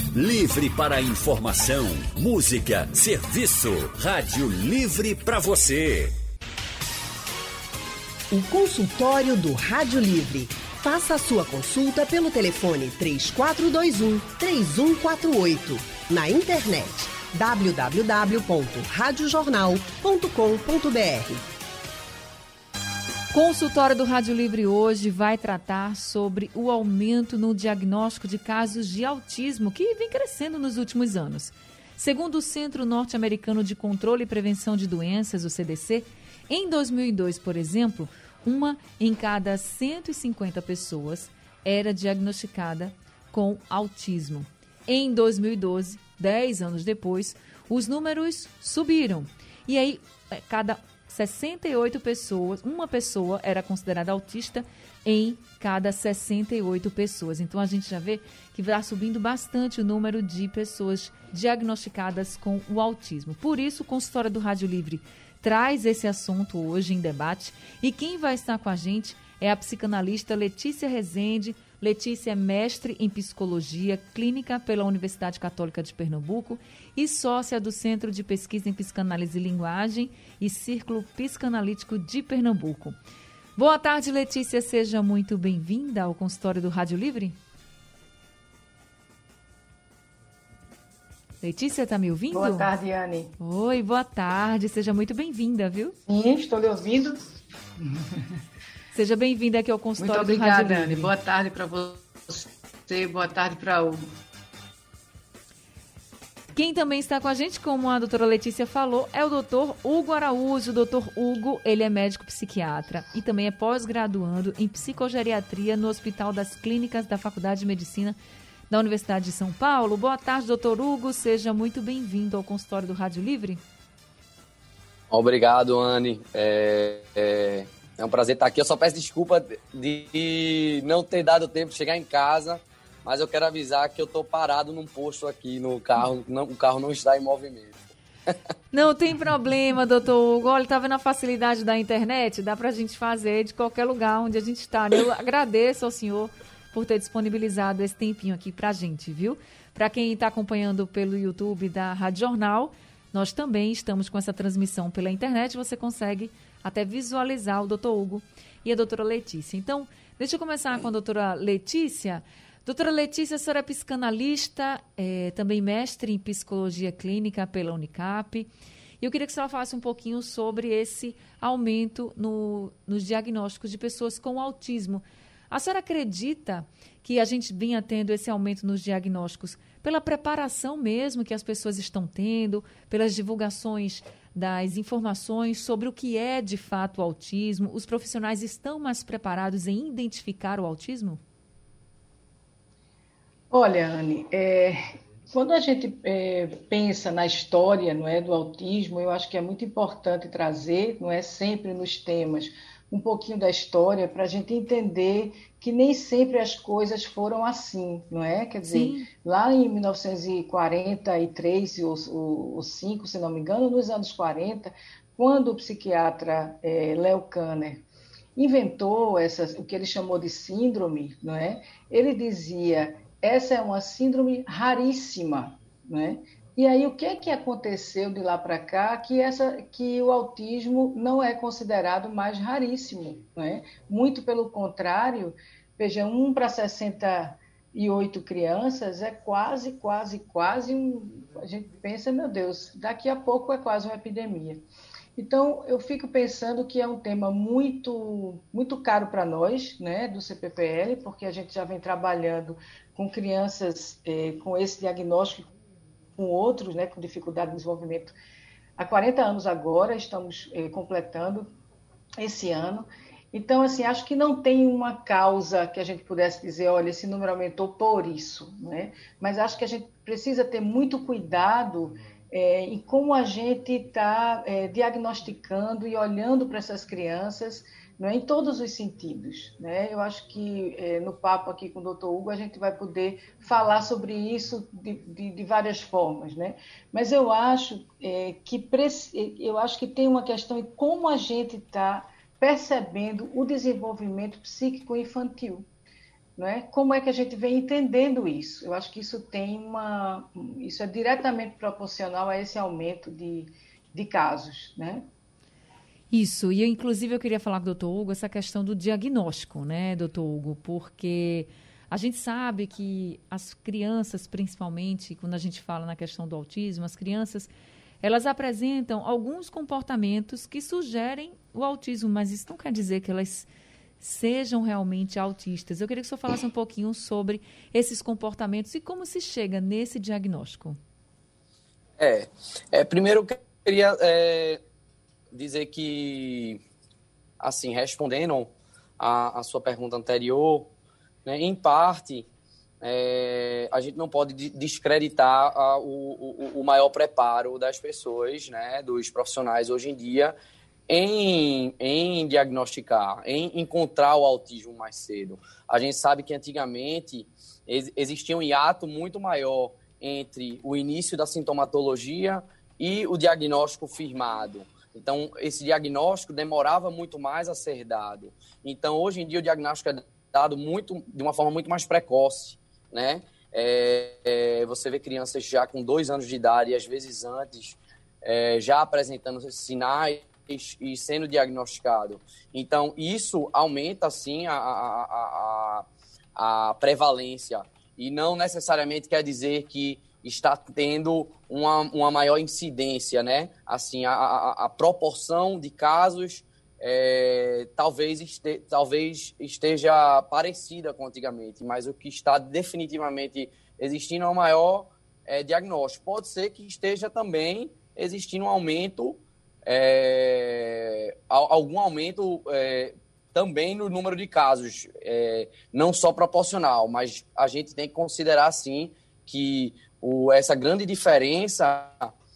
Livre para informação, música, serviço. Rádio Livre para você. O consultório do Rádio Livre. Faça a sua consulta pelo telefone 3421-3148. Na internet www.radiojornal.com.br. Consultório do Rádio Livre hoje vai tratar sobre o aumento no diagnóstico de casos de autismo que vem crescendo nos últimos anos. Segundo o Centro Norte-Americano de Controle e Prevenção de Doenças, o CDC, em 2002, por exemplo, uma em cada 150 pessoas era diagnosticada com autismo. Em 2012, 10 anos depois, os números subiram. E aí, cada 68 pessoas, uma pessoa era considerada autista em cada 68 pessoas. Então, a gente já vê que vai subindo bastante o número de pessoas diagnosticadas com o autismo. Por isso, o consultório do Rádio Livre traz esse assunto hoje em debate. E quem vai estar com a gente é a psicanalista Letícia Rezende. Letícia é mestre em Psicologia Clínica pela Universidade Católica de Pernambuco e sócia do Centro de Pesquisa em Psicanálise e Linguagem e Círculo Psicanalítico de Pernambuco. Boa tarde, Letícia. Seja muito bem-vinda ao consultório do Rádio Livre. Letícia, está me ouvindo? Boa tarde, Anne. Oi, boa tarde. Seja muito bem-vinda, viu? Sim, estou lhe ouvindo. Seja bem-vinda aqui ao consultório do Rádio Livre. Muito obrigada, Anne. Boa tarde para você, boa tarde para o... Quem também está com a gente, como a doutora Letícia falou, é o doutor Hugo Araújo. O doutor Hugo, ele é médico psiquiatra e também é pós-graduando em psicogeriatria no Hospital das Clínicas da Faculdade de Medicina da Universidade de São Paulo. Boa tarde, doutor Hugo. Seja muito bem-vindo ao consultório do Rádio Livre. Obrigado, Anne. É um prazer estar aqui. Eu só peço desculpa de não ter dado tempo de chegar em casa, mas eu quero avisar que eu estou parado num posto aqui no carro. O carro não está em movimento. Não tem problema, doutor Hugo. Olha, tá vendo a facilidade da internet? Dá pra gente fazer de qualquer lugar onde a gente está. Eu agradeço ao senhor por ter disponibilizado esse tempinho aqui pra gente, viu? Para quem está acompanhando pelo YouTube da Rádio Jornal, nós também estamos com essa transmissão pela internet. Você consegue até visualizar o doutor Hugo e a doutora Letícia. Então, deixa eu começar com a doutora Letícia. Doutora Letícia, a senhora é psicanalista, também mestre em psicologia clínica pela Unicap. E eu queria que a senhora falasse um pouquinho sobre esse aumento nos diagnósticos de pessoas com autismo. A senhora acredita que a gente vinha tendo esse aumento nos diagnósticos pela preparação mesmo que as pessoas estão tendo, pelas divulgações das informações sobre o que é de fato o autismo? Os profissionais estão mais preparados em identificar o autismo? Olha, Anne, quando a gente pensa na história, não é, do autismo, eu acho que é muito importante trazer, não é, sempre nos temas, um pouquinho da história para a gente entender que nem sempre as coisas foram assim, não é? Quer dizer, sim, lá em 1943 ou 5, se não me engano, nos anos 40, quando o psiquiatra Leo Kanner inventou o que ele chamou de síndrome, não é? Ele dizia, essa é uma síndrome raríssima, não é? E aí, o que é que aconteceu de lá para cá que o autismo não é considerado mais raríssimo, não é? Muito pelo contrário, veja, 1 para 68 crianças é quase a gente pensa, meu Deus, daqui a pouco é quase uma epidemia. Então, eu fico pensando que é um tema muito, muito caro para nós, né, do CPPL, porque a gente já vem trabalhando com crianças com esse diagnóstico, com outros, né, com dificuldade de desenvolvimento. Há 40 anos agora, estamos completando esse ano. Então, assim, acho que não tem uma causa que a gente pudesse dizer, olha, esse número aumentou por isso, né? Mas acho que a gente precisa ter muito cuidado em como a gente está diagnosticando e olhando para essas crianças, né, em todos os sentidos, né? Eu acho que no papo aqui com o Dr. Hugo a gente vai poder falar sobre isso de várias formas, né? Mas eu acho que tem uma questão em como a gente está percebendo o desenvolvimento psíquico infantil. não é? Como é que a gente vem entendendo isso? Eu acho que isso isso é diretamente proporcional a esse aumento de casos, né? Isso, e inclusive eu queria falar com o doutor Hugo essa questão do diagnóstico, né, doutor Hugo, porque a gente sabe que as crianças, principalmente, quando a gente fala na questão do autismo, as crianças, elas apresentam alguns comportamentos que sugerem o autismo, mas isso não quer dizer que elas sejam realmente autistas. Eu queria que o senhor falasse um pouquinho sobre esses comportamentos e como se chega nesse diagnóstico. Primeiro eu queria dizer que, assim, respondendo a sua pergunta anterior, né, em parte, a gente não pode descreditar o maior preparo das pessoas, né, dos profissionais hoje em dia, em diagnosticar, em encontrar o autismo mais cedo. A gente sabe que antigamente existia um hiato muito maior entre o início da sintomatologia e o diagnóstico firmado. Então, esse diagnóstico demorava muito mais a ser dado. Então, hoje em dia, o diagnóstico é dado de uma forma muito mais precoce, né? Você vê crianças já com 2 anos de idade, e às vezes antes, já apresentando sinais e sendo diagnosticado. Então, isso aumenta, sim, a prevalência. E não necessariamente quer dizer que está tendo uma maior incidência, né? Assim, a proporção de casos talvez esteja parecida com antigamente, mas o que está definitivamente existindo é um maior diagnóstico. Pode ser que esteja também existindo um aumento, algum aumento também no número de casos, não só proporcional, mas a gente tem que considerar, sim, que essa grande diferença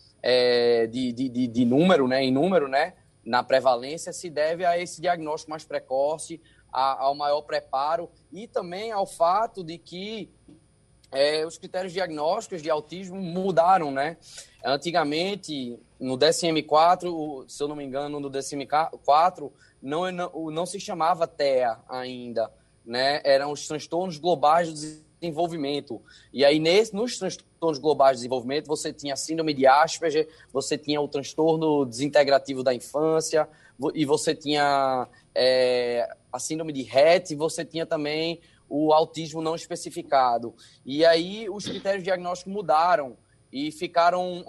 de número, né, em número, né, na prevalência, se deve a esse diagnóstico mais precoce, ao maior preparo e também ao fato de que os critérios diagnósticos de autismo mudaram, né? Antigamente, no DSM-4, se eu não me engano, no DSM-4, não se chamava TEA ainda, né? Eram os transtornos globais do desenvolvimento. E aí, nos transtornos globais de desenvolvimento, você tinha a síndrome de Asperger, você tinha o transtorno desintegrativo da infância, e você tinha a síndrome de Rett, e você tinha também o autismo não especificado. E aí, os critérios diagnósticos mudaram e ficaram...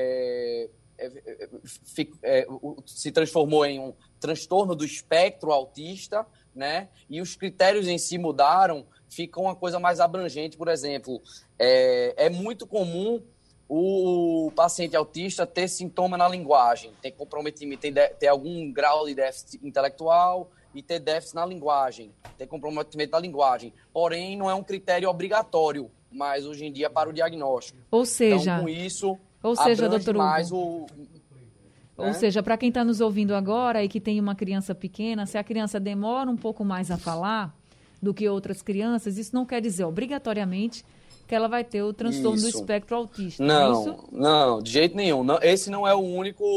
se transformou em um transtorno do espectro autista, né? E os critérios em si mudaram, fica uma coisa mais abrangente. Por exemplo, é muito comum o paciente autista ter sintoma na linguagem, ter comprometimento, ter algum grau de déficit intelectual e ter déficit na linguagem, ter comprometimento da linguagem. Porém, não é um critério obrigatório, mas hoje em dia para o diagnóstico. Ou seja, então, com isso, doutor mais Hugo, ou seja, para quem está nos ouvindo agora e que tem uma criança pequena, se a criança demora um pouco mais a falar do que outras crianças, isso não quer dizer obrigatoriamente que ela vai ter o transtorno do espectro autista. Não, de jeito nenhum. Não, esse não é o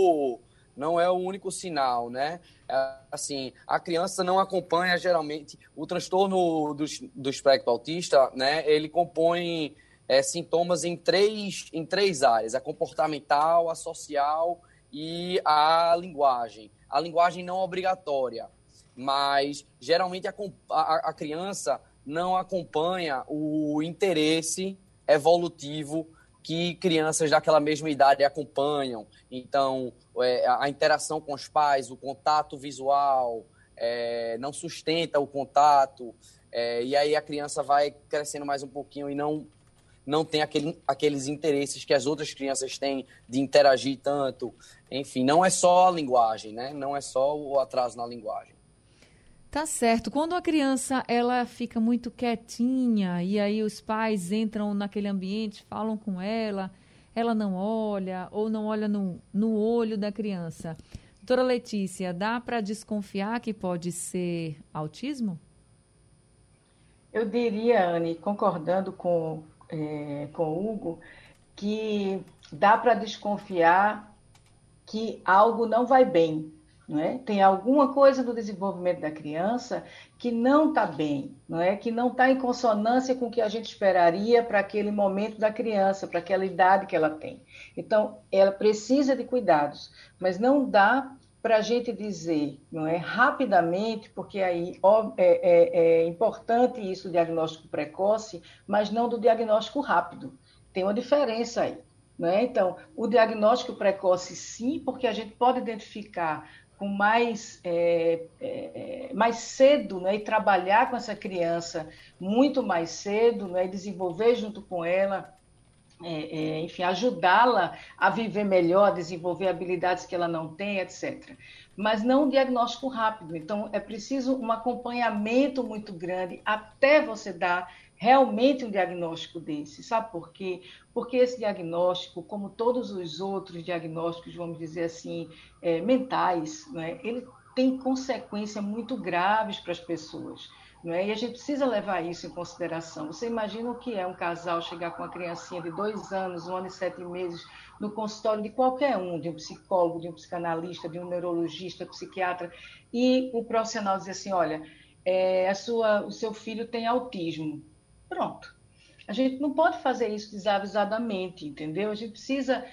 único sinal, né? Assim, a criança não acompanha geralmente o transtorno do espectro autista, né? Ele compõe sintomas em três áreas: a comportamental, a social e a linguagem. A linguagem não é obrigatória, mas geralmente a criança não acompanha o interesse evolutivo que crianças daquela mesma idade acompanham. Então, a interação com os pais, o contato visual, não sustenta o contato, e aí a criança vai crescendo mais um pouquinho e não tem aqueles interesses que as outras crianças têm de interagir tanto. Enfim, não é só a linguagem, né? Não é só o atraso na linguagem. Tá certo. Quando a criança ela fica muito quietinha e aí os pais entram naquele ambiente, falam com ela não olha ou não olha no olho da criança. Doutora Letícia, dá para desconfiar que pode ser autismo? Eu diria, Anne, concordando com o Hugo, que dá para desconfiar que algo não vai bem, não é? Tem alguma coisa do desenvolvimento da criança que não está bem, não é? Que não está em consonância com o que a gente esperaria para aquele momento da criança, para aquela idade que ela tem. Então, ela precisa de cuidados, mas não dá para a gente dizer, não é, rapidamente, porque aí é importante isso, o diagnóstico precoce, mas não do diagnóstico rápido. Tem uma diferença aí. Né? Então, o diagnóstico precoce, sim, porque a gente pode identificar com mais cedo, né? E trabalhar com essa criança muito mais cedo, né? E desenvolver junto com ela, enfim, ajudá-la a viver melhor, a desenvolver habilidades que ela não tem, etc. Mas não um diagnóstico rápido. Então, é preciso um acompanhamento muito grande até você dar realmente um diagnóstico desse. Sabe por quê? Porque esse diagnóstico, como todos os outros diagnósticos, vamos dizer assim, mentais, né, ele tem consequências muito graves para as pessoas. Não é? E a gente precisa levar isso em consideração. Você imagina o que é um casal chegar com uma criancinha de 2 anos, 1 ano e 7 meses, no consultório de qualquer um, de um psicólogo, de um psicanalista, de um neurologista, psiquiatra, e o profissional dizer assim, olha, o seu filho tem autismo. Pronto. A gente não pode fazer isso desavisadamente, entendeu? A gente precisa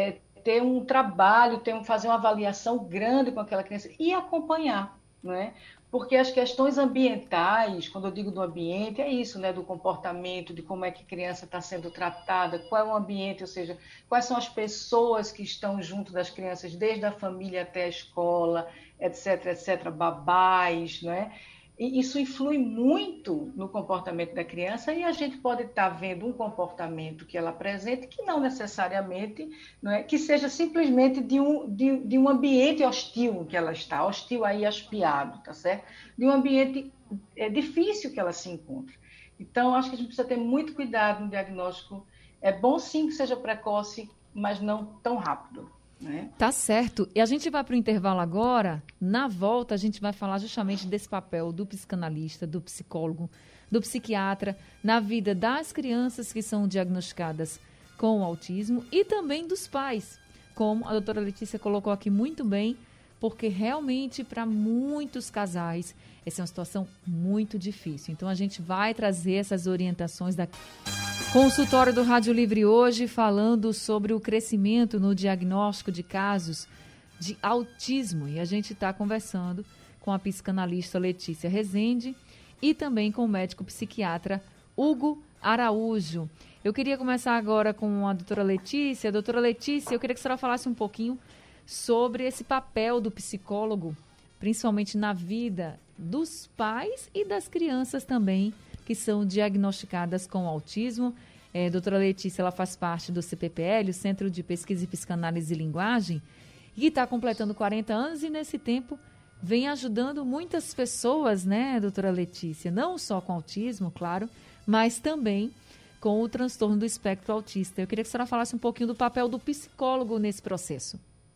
ter um trabalho, fazer uma avaliação grande com aquela criança e acompanhar, não é? Porque as questões ambientais, quando eu digo do ambiente, é isso, né? Do comportamento, de como é que a criança está sendo tratada, qual é o ambiente, ou seja, quais são as pessoas que estão junto das crianças, desde a família até a escola, etc., etc., babás, não é? E isso influi muito no comportamento da criança e a gente pode estar vendo um comportamento que ela apresenta que não necessariamente, não é, que seja simplesmente de um ambiente hostil que ela está, hostil aí aspiado, tá certo? De um ambiente difícil que ela se encontra. Então, acho que a gente precisa ter muito cuidado no diagnóstico. É bom sim que seja precoce, mas não tão rápido. Tá certo. E a gente vai para o intervalo agora. Na volta, a gente vai falar justamente desse papel do psicanalista, do psicólogo, do psiquiatra na vida das crianças que são diagnosticadas com autismo e também dos pais, como a doutora Letícia colocou aqui muito bem, porque realmente para muitos casais essa é uma situação muito difícil. Então a gente vai trazer essas orientações daqui. Consultório do Rádio Livre hoje falando sobre o crescimento no diagnóstico de casos de autismo. E a gente está conversando com a psicanalista Letícia Rezende e também com o médico psiquiatra Hugo Araújo. Eu queria começar agora com a doutora Letícia. Doutora Letícia, eu queria que a senhora falasse um pouquinho sobre esse papel do psicólogo, principalmente na vida dos pais e das crianças também, que são diagnosticadas com autismo. Doutora Letícia, ela faz parte do CPPL, o Centro de Pesquisa e Psicanálise e Linguagem, e está completando 40 anos e nesse tempo vem ajudando muitas pessoas, né, doutora Letícia? Não só com autismo, claro, mas também com o transtorno do espectro autista. Eu queria que a senhora falasse um pouquinho do papel do psicólogo nesse processo.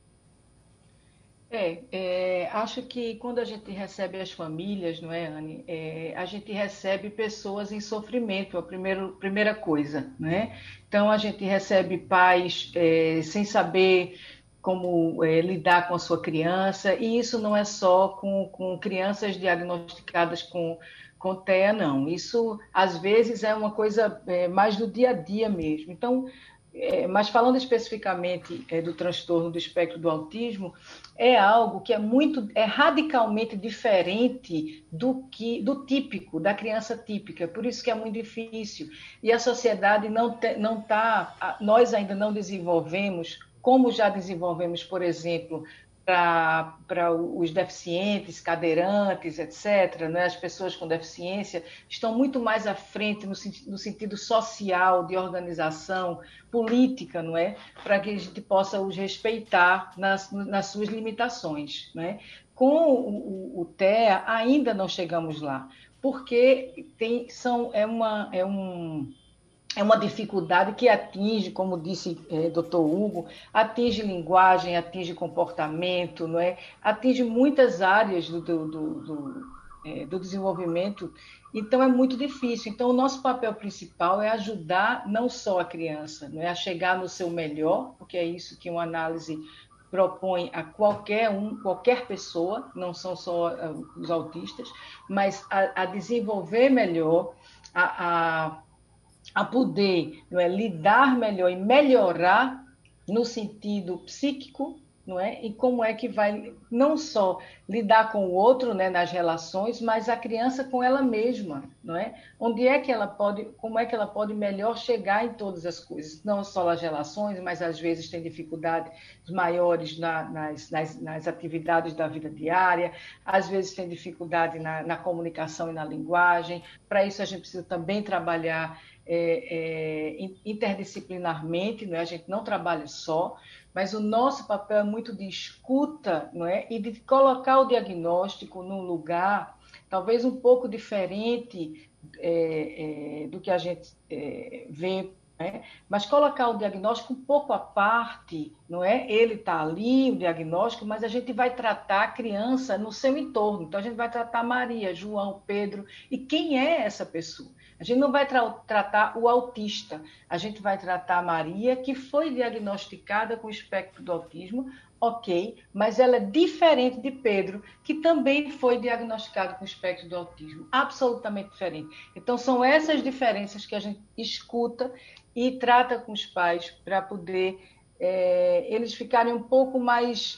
Acho que quando a gente recebe as famílias, não é, Anne? A gente recebe pessoas em sofrimento, a primeira coisa, não é? Então, a gente recebe pais sem saber como lidar com a sua criança, e isso não é só com crianças diagnosticadas com TEA, não. Isso, às vezes, é uma coisa mais do dia a dia mesmo. Então, mas falando especificamente do transtorno do espectro do autismo, é algo que é radicalmente diferente do típico, da criança típica, por isso que é muito difícil. E a sociedade nós ainda não desenvolvemos, como já desenvolvemos, por exemplo, para os deficientes, cadeirantes, etc., né? As pessoas com deficiência estão muito mais à frente no sentido social, de organização, política, não é? Para que a gente possa os respeitar nas suas limitações. Não é? Com o TEA, ainda não chegamos lá, porque é uma dificuldade que atinge, como disse Dr. Hugo, atinge linguagem, atinge comportamento, não é? Atinge muitas áreas do desenvolvimento, então é muito difícil. Então, o nosso papel principal é ajudar não só a criança, não é? A chegar no seu melhor, porque é isso que uma análise propõe a qualquer pessoa, não são só os autistas, mas a desenvolver melhor, a poder, não é, lidar melhor e melhorar no sentido psíquico, não é? E como é que vai não só lidar com o outro, né, nas relações, mas a criança com ela mesma, não é? Como é que ela pode melhor chegar em todas as coisas, não só nas relações, mas às vezes tem dificuldades maiores nas atividades da vida diária, às vezes tem dificuldade na comunicação e na linguagem. Para isso a gente precisa também trabalhar interdisciplinarmente, não é? A gente não trabalha só, mas o nosso papel é muito de escuta, não é? E de colocar o diagnóstico num lugar talvez um pouco diferente do que a gente vê, né? Mas colocar o diagnóstico um pouco à parte, não é? Ele está ali, o diagnóstico, mas a gente vai tratar a criança no seu entorno. Então, a gente vai tratar Maria, João, Pedro, e quem é essa pessoa? A gente não vai tratar o autista, a gente vai tratar a Maria, que foi diagnosticada com espectro do autismo, ok, mas ela é diferente de Pedro, que também foi diagnosticado com espectro do autismo, absolutamente diferente. Então, são essas diferenças que a gente escuta e trata com os pais para poder eles ficarem um pouco mais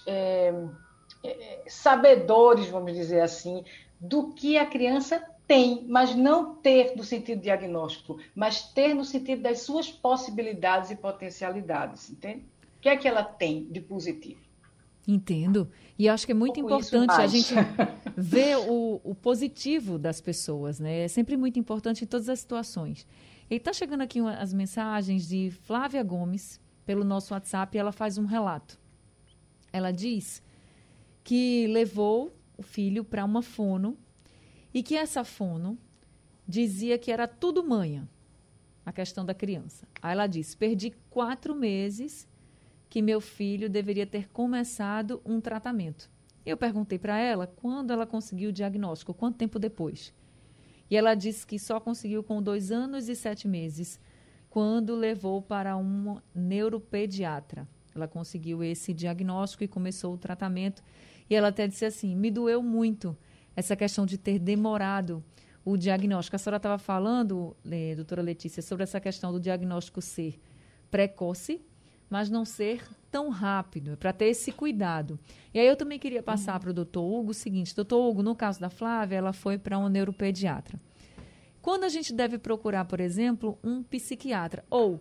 sabedores, vamos dizer assim, do que a criança tem, mas não ter no sentido diagnóstico, mas ter no sentido das suas possibilidades e potencialidades, entende? O que é que ela tem de positivo? Entendo. E acho que é muito importante a gente ver o positivo das pessoas, né? É sempre muito importante em todas as situações. E está chegando aqui as mensagens de Flávia Gomes, pelo nosso WhatsApp, e ela faz um relato. Ela diz que levou o filho para uma fono e que essa fono dizia que era tudo manha, a questão da criança. Aí ela diz, perdi 4 meses que meu filho deveria ter começado um tratamento. Eu perguntei para ela quando ela conseguiu o diagnóstico, quanto tempo depois. E ela disse que só conseguiu com 2 anos e 7 meses, quando levou para uma neuropediatra. Ela conseguiu esse diagnóstico e começou o tratamento. E ela até disse assim, me doeu muito essa questão de ter demorado o diagnóstico. A senhora estava falando, doutora Letícia, sobre essa questão do diagnóstico ser precoce, mas não ser tão rápido, para ter esse cuidado. E aí eu também queria passar para o doutor Hugo o seguinte, doutor Hugo, no caso da Flávia, ela foi para um neuropediatra. Quando a gente deve procurar, por exemplo, um psiquiatra, ou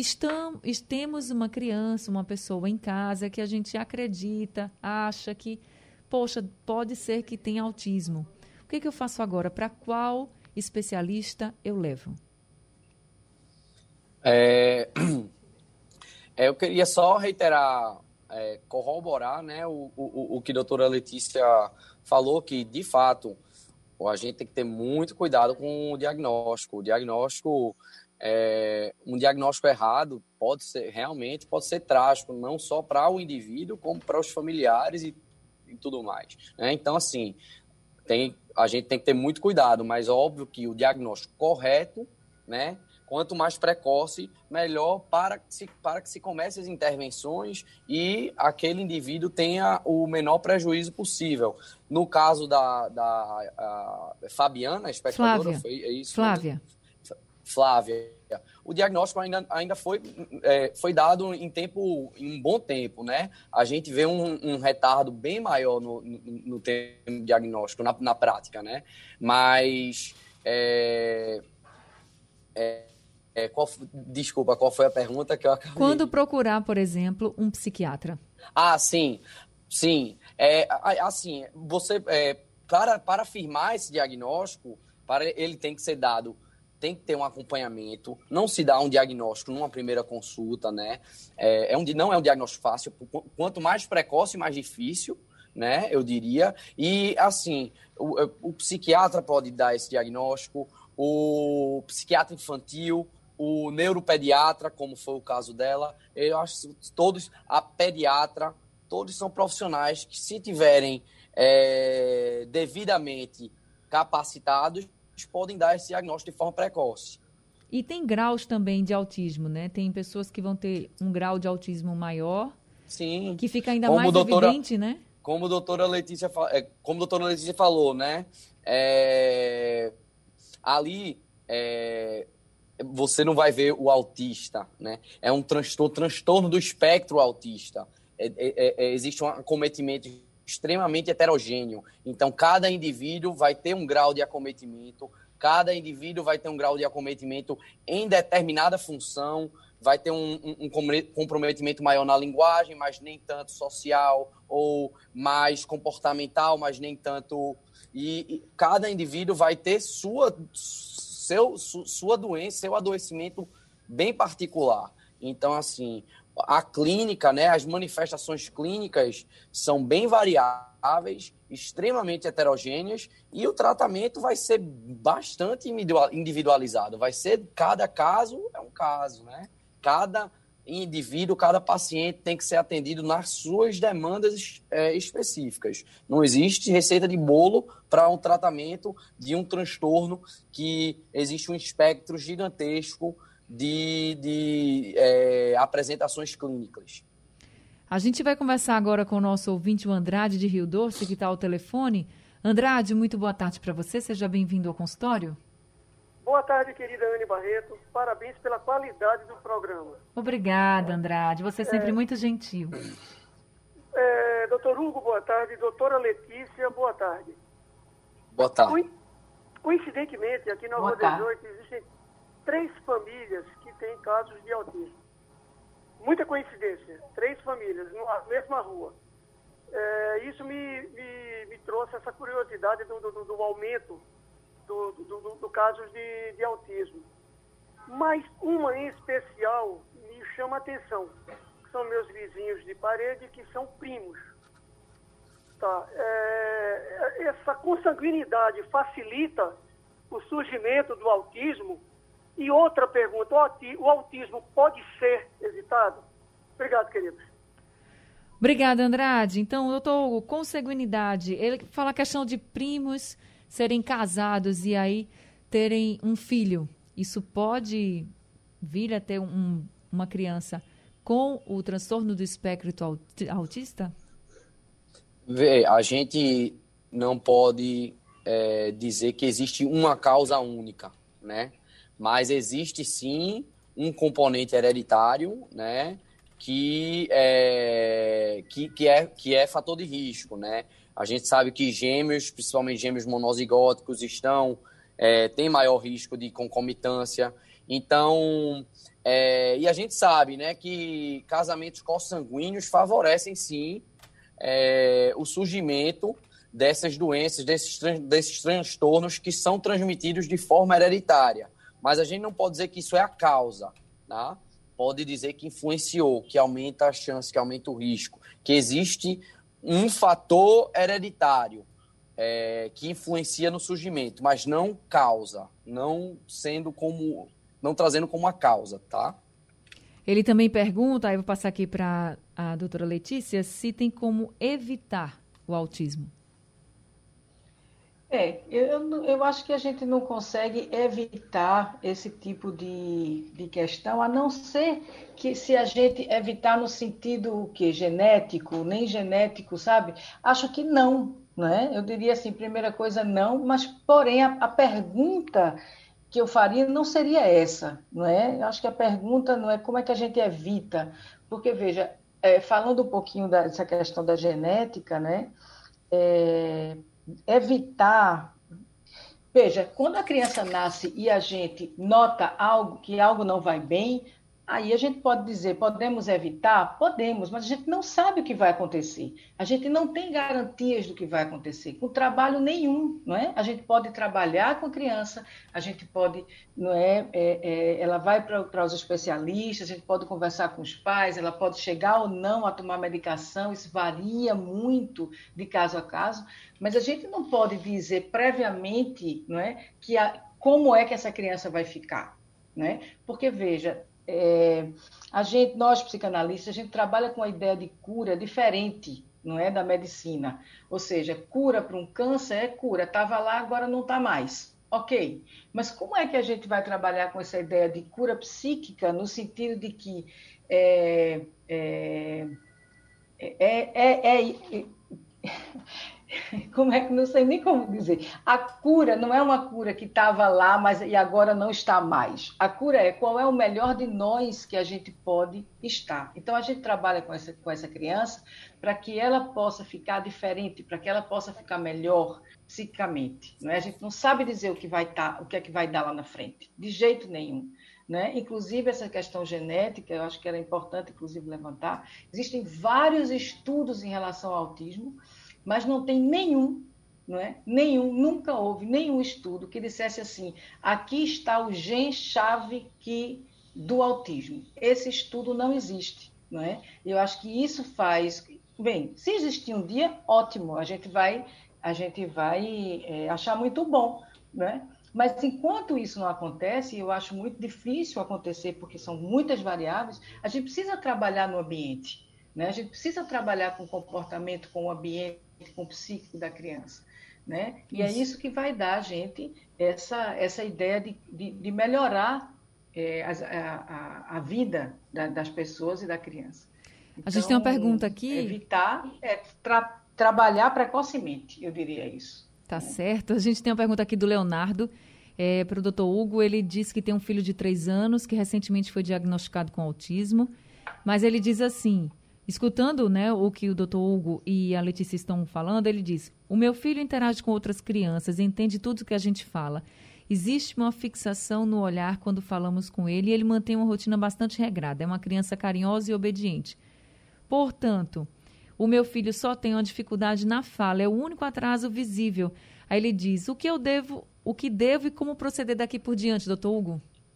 temos uma criança, uma pessoa em casa que a gente acredita, acha que, poxa, pode ser que tenha autismo. O que eu faço agora? Para qual especialista eu levo? Eu queria só reiterar, corroborar, né, o que a doutora Letícia falou, que, de fato, a gente tem que ter muito cuidado com o diagnóstico. O diagnóstico, um diagnóstico errado realmente pode ser trágico, não só para o indivíduo, como para os familiares e tudo mais, né? Então, assim, a gente tem que ter muito cuidado, mas óbvio que o diagnóstico correto, né, quanto mais precoce, melhor para que se comece as intervenções e aquele indivíduo tenha o menor prejuízo possível. No caso da Fabiana, a espectadora, Flávia. Foi isso? Flávia. Né? Flávia. O diagnóstico ainda foi dado em um bom tempo, né? A gente vê um retardo bem maior no tempo diagnóstico, na prática, né? Mas... desculpa, qual foi a pergunta que eu acabei? Quando procurar, por exemplo, um psiquiatra? Sim. Assim, você, para afirmar esse diagnóstico, ele tem que ser dado, tem que ter um acompanhamento, não se dá um diagnóstico numa primeira consulta, né? Não é um diagnóstico fácil, quanto mais precoce, mais difícil, né? Eu diria. E, assim, o psiquiatra pode dar esse diagnóstico, o psiquiatra infantil, o neuropediatra, como foi o caso dela, eu acho que a pediatra, todos são profissionais que, se tiverem devidamente capacitados, podem dar esse diagnóstico de forma precoce. E tem graus também de autismo, né? Tem pessoas que vão ter um grau de autismo maior Sim. Que fica ainda Como mais evidente, né? Como a doutora Letícia falou, né? Ali, você não vai ver o autista, né? É um transtorno do espectro autista. Existe um acometimento extremamente heterogêneo. Então, cada indivíduo vai ter um grau de acometimento, cada indivíduo vai ter um grau de acometimento em determinada função, vai ter um comprometimento maior na linguagem, mas nem tanto social, ou mais comportamental, mas nem tanto... E cada indivíduo vai ter sua doença, seu adoecimento bem particular. Então, assim, a clínica, né, as manifestações clínicas são bem variáveis, extremamente heterogêneas, e o tratamento vai ser bastante individualizado. Vai ser, cada caso é um caso, né? Cada indivíduo, cada paciente tem que ser atendido nas suas demandas específicas. Não existe receita de bolo para um tratamento de um transtorno que existe um espectro gigantesco de apresentações clínicas. A gente vai conversar agora com o nosso ouvinte, o Andrade de Rio Doce, que está ao telefone. Andrade, muito boa tarde para você. Seja bem-vindo ao consultório. Boa tarde, querida Anne Barreto. Parabéns pela qualidade do programa. Obrigada, Andrade. Você é sempre muito gentil. Doutor Hugo, boa tarde. Doutora Letícia, boa tarde. Boa tarde. Coincidentemente, aqui na Rua 18 existem 3 famílias que têm casos de autismo. Muita coincidência. 3 famílias, na mesma rua. Isso me trouxe essa curiosidade do aumento do casos de autismo. Mas uma em especial me chama a atenção, que são meus vizinhos de parede, que são primos. Tá? Essa consanguinidade facilita o surgimento do autismo? E outra pergunta, o autismo pode ser evitado? Obrigado, querido. Obrigada, Andrade. Então, doutor, consanguinidade, ele fala a questão de primos serem casados e aí terem um filho. Isso pode vir a ter uma criança com o transtorno do espectro autista? Vê, a gente não pode dizer que existe uma causa única, né? Mas existe sim um componente hereditário, né? Que é fator de risco, né? A gente sabe que gêmeos, principalmente gêmeos monozigóticos, têm maior risco de concomitância. Então, e a gente sabe, né, que casamentos consanguíneos favorecem, sim, o surgimento dessas doenças, desses transtornos que são transmitidos de forma hereditária. Mas a gente não pode dizer que isso é a causa, tá? Pode dizer que influenciou, que aumenta a chance, que aumenta o risco, que existe um fator hereditário que influencia no surgimento, mas não causa, não trazendo como a causa, tá? Ele também pergunta, aí eu vou passar aqui para a doutora Letícia, se tem como evitar o autismo. Eu acho que a gente não consegue evitar esse tipo de questão, a não ser que se a gente evitar no sentido genético, nem genético, sabe? Acho que não, né? Eu diria assim, primeira coisa, não, mas porém a pergunta que eu faria não seria essa, não é? Eu acho que a pergunta não é como é que a gente evita, porque veja, falando um pouquinho dessa questão da genética, né? Evitar. Veja, quando a criança nasce e a gente nota que algo não vai bem, aí a gente pode dizer, podemos evitar? Podemos, mas a gente não sabe o que vai acontecer. A gente não tem garantias do que vai acontecer, com trabalho nenhum, não é? A gente pode trabalhar com a criança, a gente pode, não é? Ela vai para os especialistas, a gente pode conversar com os pais, ela pode chegar ou não a tomar medicação, isso varia muito de caso a caso, mas a gente não pode dizer previamente, não é, como é que essa criança vai ficar, não é? Porque, veja, nós psicanalistas, a gente trabalha com a ideia de cura diferente, não é, da medicina. Ou seja, cura para um câncer é cura, estava lá, agora não está mais. Ok, mas como é que a gente vai trabalhar com essa ideia de cura psíquica no sentido de que Como é que não sei nem como dizer. A cura não é uma cura que estava lá, mas e agora não está mais. A cura é qual é o melhor de nós que a gente pode estar. Então a gente trabalha com essa criança para que ela possa ficar diferente, para que ela possa ficar melhor psicicamente. Não é? A gente não sabe dizer o que é que vai dar lá na frente, de jeito nenhum. Né? Inclusive, essa questão genética, eu acho que era importante, inclusive, levantar. Existem vários estudos em relação ao autismo, mas não tem nenhum, não é? Nunca houve nenhum estudo que dissesse assim, aqui está o gene-chave do autismo. Esse estudo não existe, não é? Eu acho que isso faz... Bem, se existir um dia, ótimo, a gente vai achar muito bom, né? Mas enquanto isso não acontece, eu acho muito difícil acontecer, porque são muitas variáveis, a gente precisa trabalhar no ambiente, né? A gente precisa trabalhar com o comportamento, com o ambiente, com o psíquico da criança, né? E é isso que vai dar a gente essa ideia de melhorar a vida das pessoas e da criança. Então, a gente tem uma pergunta aqui. Evitar, trabalhar precocemente, eu diria isso. Tá certo. A gente tem uma pergunta aqui do Leonardo para o Dr. Hugo. Ele diz que tem um filho de 3 anos que recentemente foi diagnosticado com autismo, mas ele diz assim... Escutando, né, o que o Dr. Hugo e a Letícia estão falando, ele diz, o meu filho interage com outras crianças, entende tudo que a gente fala. Existe uma fixação no olhar quando falamos com ele e ele mantém uma rotina bastante regrada. É uma criança carinhosa e obediente. Portanto, o meu filho só tem uma dificuldade na fala, é o único atraso visível. Aí ele diz, o que devo e como proceder daqui por diante, Dr. Hugo?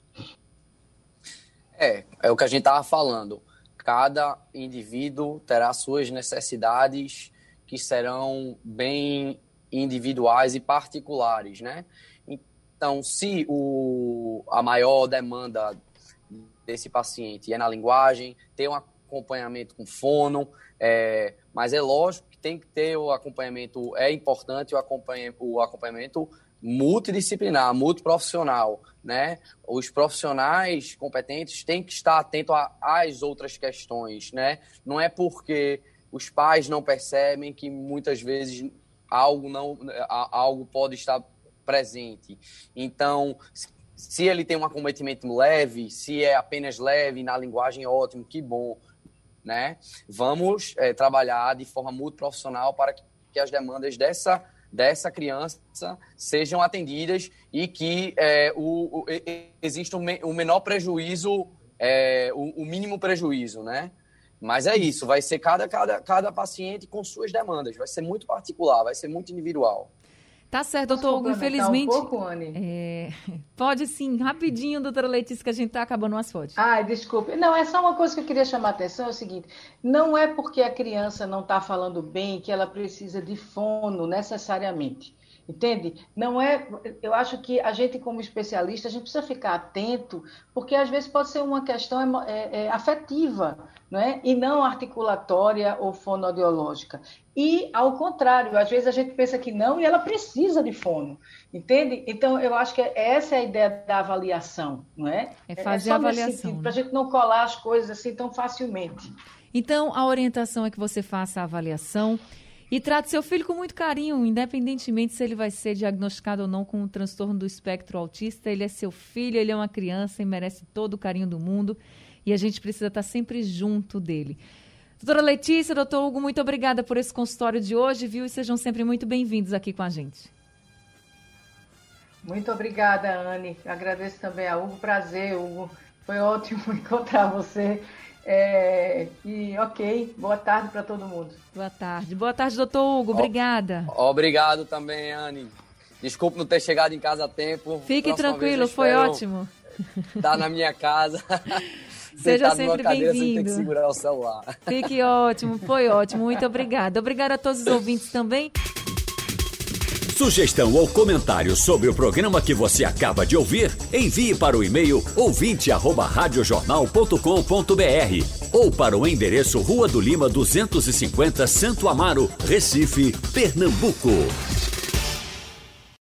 É o que a gente estava falando. Cada indivíduo terá suas necessidades que serão bem individuais e particulares, né? Então, se a maior demanda desse paciente é na linguagem, ter um acompanhamento com fono, mas é lógico que tem que ter o acompanhamento, é importante o acompanhamento multidisciplinar, multiprofissional, né? Os profissionais competentes têm que estar atentos às outras questões, né? Não é porque os pais não percebem que muitas vezes algo pode estar presente. Então, se ele tem um acometimento leve, se é apenas leve, na linguagem, ótimo, que bom, né? Vamos trabalhar de forma multiprofissional para que as demandas dessa criança sejam atendidas e que exista o menor prejuízo, o mínimo prejuízo, né? Mas é isso, vai ser cada paciente com suas demandas, vai ser muito particular, vai ser muito individual. Tá certo, doutor Hugo, infelizmente... um pouco, Anny? Pode sim, rapidinho, doutora Letícia, que a gente tá acabando as fotos. Desculpe. Não, é só uma coisa que eu queria chamar a atenção, é o seguinte, não é porque a criança não está falando bem que ela precisa de fono necessariamente, entende? Não é, eu acho que a gente como especialista, a gente precisa ficar atento, porque às vezes pode ser uma questão afetiva, não é? E não articulatória ou fonoaudiológica. E, ao contrário, às vezes a gente pensa que não e ela precisa de fono, entende? Então, eu acho que essa é a ideia da avaliação, não é? É fazer a avaliação. Para a gente não colar as coisas assim tão facilmente. Então, a orientação é que você faça a avaliação e trate seu filho com muito carinho, independentemente se ele vai ser diagnosticado ou não com um transtorno do espectro autista. Ele é seu filho, ele é uma criança e merece todo o carinho do mundo e a gente precisa estar sempre junto dele. Doutora Letícia, doutor Hugo, muito obrigada por esse consultório de hoje, viu? E sejam sempre muito bem-vindos aqui com a gente. Muito obrigada, Anny. Agradeço também a Hugo. Prazer, Hugo. Foi ótimo encontrar você. Boa tarde para todo mundo. Boa tarde. Boa tarde, doutor Hugo. Obrigada. Obrigado também, Anny. Desculpe não ter chegado em casa a tempo. Fique tranquilo, foi ótimo. Tá na minha casa. Seja sempre bem-vindo. Sem ter que segurar o celular. Fique ótimo, foi ótimo. Muito obrigada. Obrigada a todos os ouvintes também. Sugestão ou comentário sobre o programa que você acaba de ouvir, envie para o e-mail ouvinte@radiojornal.com.br ou para o endereço Rua do Lima 250, Santo Amaro, Recife, Pernambuco.